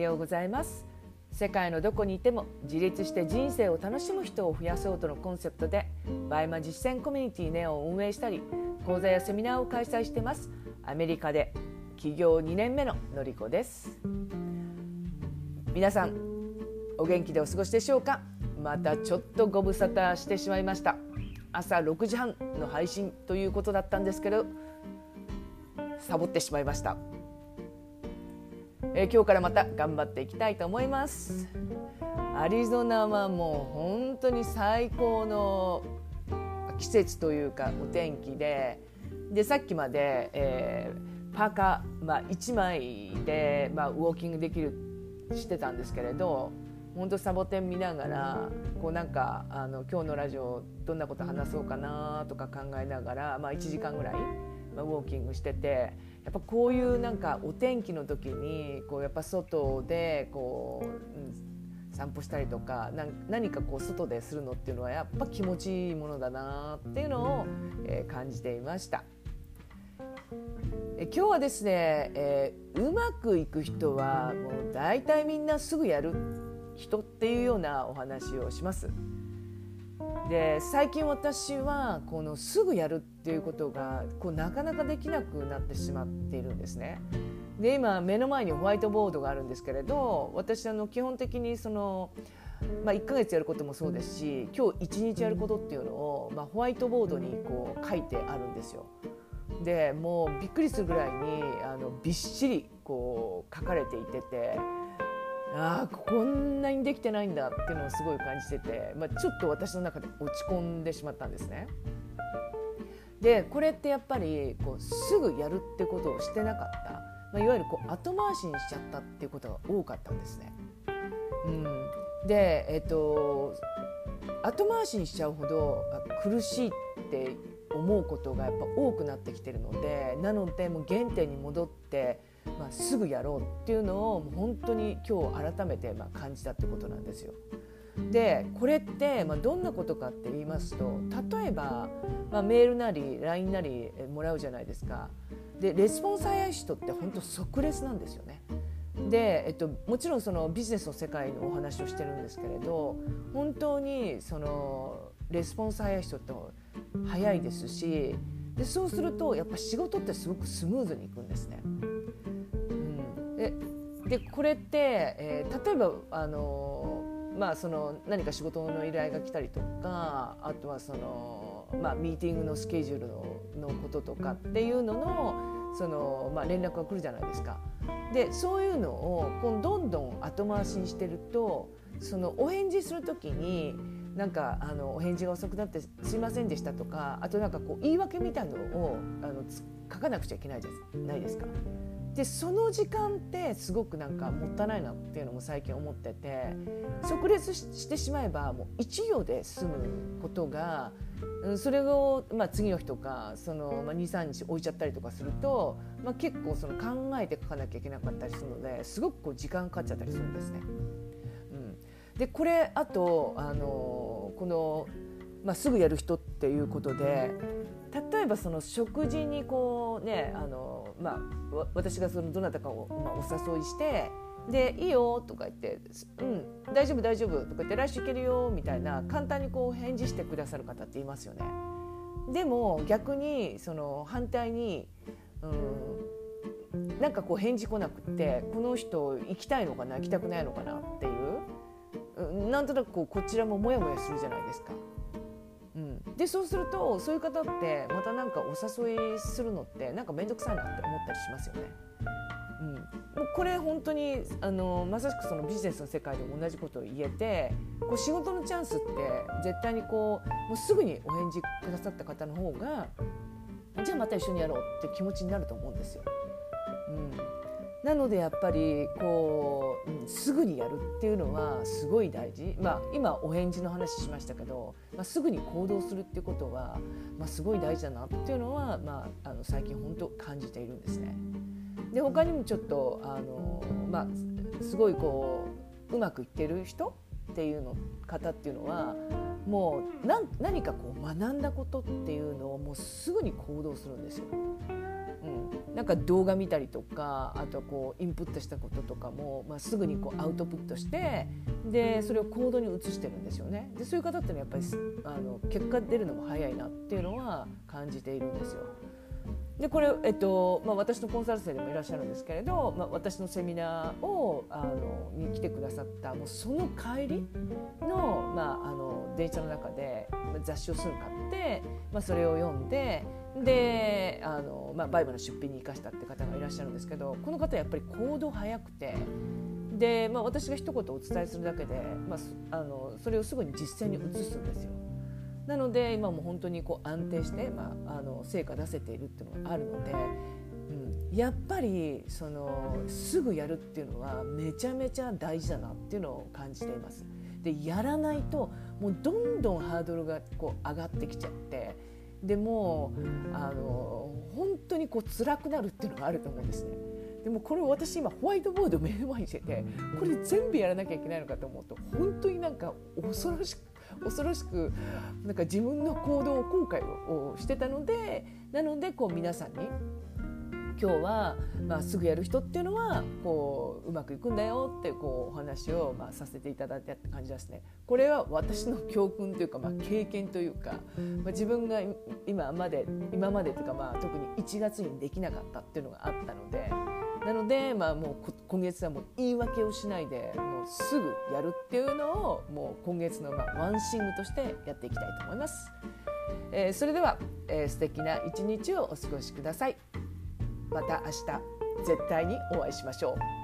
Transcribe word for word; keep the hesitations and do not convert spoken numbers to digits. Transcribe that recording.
ようございます。世界のどこにいても自立して人生を楽しむ人を増やそうとのコンセプトでバイマ実践コミュニティネオを運営したり、講座やセミナーを開催しています。アメリカで起業にねんめののりこです。皆さんお元気でお過ごしでしょうか。またちょっとご無沙汰してしまいました。朝ろくじはんの配信ということだったんですけど、サボってしまいました。えー、今日からまた頑張っていきたいと思います。アリゾナはもう本当に最高の季節というかお天気で、でさっきまで、えー、パーカー、まあ、いちまいで、まあ、ウォーキングできるしてたんですけれど、本当サボテン見ながらこうなんかあの今日のラジオどんなこと話そうかなとか考えながら、まあ、いちじかんぐらい、まあ、ウォーキングしてて、やっぱこういうなんかお天気の時にこうやっぱ外でこう、うん、散歩したりとか何かこう外でするのっていうのはやっぱ気持ちいいものだなっていうのを、えー、感じていました。え今日はですね、えー、うまくいく人はもう大体みんなすぐやる人っていうようなお話をします。で最近私はこのすぐやるっていうことがこうなかなかできなくなってしまっているんですね。で今目の前にホワイトボードがあるんですけれど、私あの基本的にその、まあ、いっかげつやることもそうですし、今日いちにちやることっていうのを、まあ、ホワイトボードにこう書いてあるんですよ。でもうびっくりするぐらいにあのびっしりこう書かれていてて、あこんなにできてないんだっていうのをすごい感じてて、まあ、ちょっと私の中で落ち込んでしまったんですね。でこれってやっぱりこうすぐやるってことをしてなかった、まあ、いわゆるこう後回しにしちゃったっていうことが多かったんですね。うん、で、えっと、後回しにしちゃうほど苦しいって思うことがやっぱ多くなってきてるので、なのでもう原点に戻ってまあ、すぐやろうっていうのをもう本当に今日改めてまあ感じたってことなんですよ。でこれってまあどんなことかって言いますと、例えばまあメールなり ライン なりもらうじゃないですか。でレスポンス早い人って本当即レスなんですよね。で、えっと、もちろんそのビジネスの世界のお話をしてるんですけれど、本当にそのレスポンス早い人って早いですし、でそうするとやっぱ仕事ってすごくスムーズにいくんですね。で, でこれって、えー、例えば、あのーまあ、その何か仕事の依頼が来たりとか、あとはその、まあ、ミーティングのスケジュール の, のこととかっていうの の, その、まあ、連絡が来るじゃないですか。でそういうのをこうどんどん後回しにしてると、そのお返事するときになんかあのお返事が遅くなってすいませんでしたとか、あとなんかこう言い訳みたいなのをあの書かなくちゃいけないじゃないですか。でその時間ってすごくなんかもったいないなっていうのも最近思ってて、即レスしてしまえばもういち行で済むことが、それをまあ次の日とかそのまあにさんにち置いちゃったりとかすると、まあ、結構その考えて書かなきゃいけなかったりするので、すごくこう時間かかっちゃったりするんですね。うん、でこれあとあのこの、まあ、すぐやる人っていうことで、例えばその食事にこうね、あの、まあ、私がそのどなたかを、まあ、お誘いしてでいいよとか言って、うん、大丈夫大丈夫とか言って来週行けるよみたいな簡単にこう返事してくださる方っていますよね。でも逆にその反対に、うん、なんかこう返事来なくってこの人行きたいのかな行きたくないのかなっていう、なんとなくこうこちらもモヤモヤするじゃないですか。うん、でそうするとそういう方ってまたなんかお誘いするのってなんか面倒くさいなって思ったりしますよね。うん、もうこれ本当にあのまさしくそのビジネスの世界でも同じことを言えて、こう仕事のチャンスって絶対にこう、もうすぐにお返事くださった方の方がじゃあまた一緒にやろうって気持ちになると思うんですよ。うんなのでやっぱりこう、うん、すぐにやるっていうのはすごい大事、まあ、今お返事の話しましたけど、まあ、すぐに行動するっていうことは、まあ、すごい大事だなっていうのは、まあ、あの最近本当感じているんですね。で他にもちょっとあの、まあ、すごいこううまくいってる人っていうの方っていうのはもう何、何かこう学んだことっていうのをもうすぐに行動するんですよ。 うん、なんか動画見たりとか、あとこうインプットしたこととかも、まあ、すぐにこうアウトプットして、でそれを行動に移してるんですよね。でそういう方ってのはやっぱりあの結果出るのも早いなっていうのは感じているんですよ。でこれ、えっとまあ、私のコンサル生でもいらっしゃるんですけれど、まあ、私のセミナーをあのに来てくださったもうその帰りの、まあ、あの電車の中で雑誌をすぐ買って、まあ、それを読んで、であの、まあ、バイブの出品に生かしたって方がいらっしゃるんですけど、この方はやっぱり行動早くて、で、まあ、私が一言お伝えするだけで、まあ、あのそれをすぐに実践に移すんですよ。なので今も本当にこう安定して、まあ、あの成果出せているっていうのがあるので、うん、やっぱりそのすぐやるっていうのはめちゃめちゃ大事だなっていうのを感じています。でやらないともうどんどんハードルがこう上がってきちゃって、でもあの本当にこう辛くなるっていうのがあると思うんですね。でもこれ私今ホワイトボードを目の前にしてて、これ全部やらなきゃいけないのかと思うと本当になんか恐ろしく恐ろしくなんか自分の行動を後悔をしてたので、なのでこう皆さんに今日は、まあ、すぐやる人っていうのはこううまくいくんだよってこうお話を、まあ、させていただいたって感じですね。これは私の教訓というか、まあ、経験というか、まあ、自分が今まで今までというか、まあ、特にいちがつにできなかったっていうのがあったので、なので、まあ、もう今月はもう言い訳をしないでもうすぐやるっていうのをもう今月のまあワンシングとしてやっていきたいと思います。えー、それでは、えー、素敵な一日をお過ごしください。また明日絶対にお会いしましょう。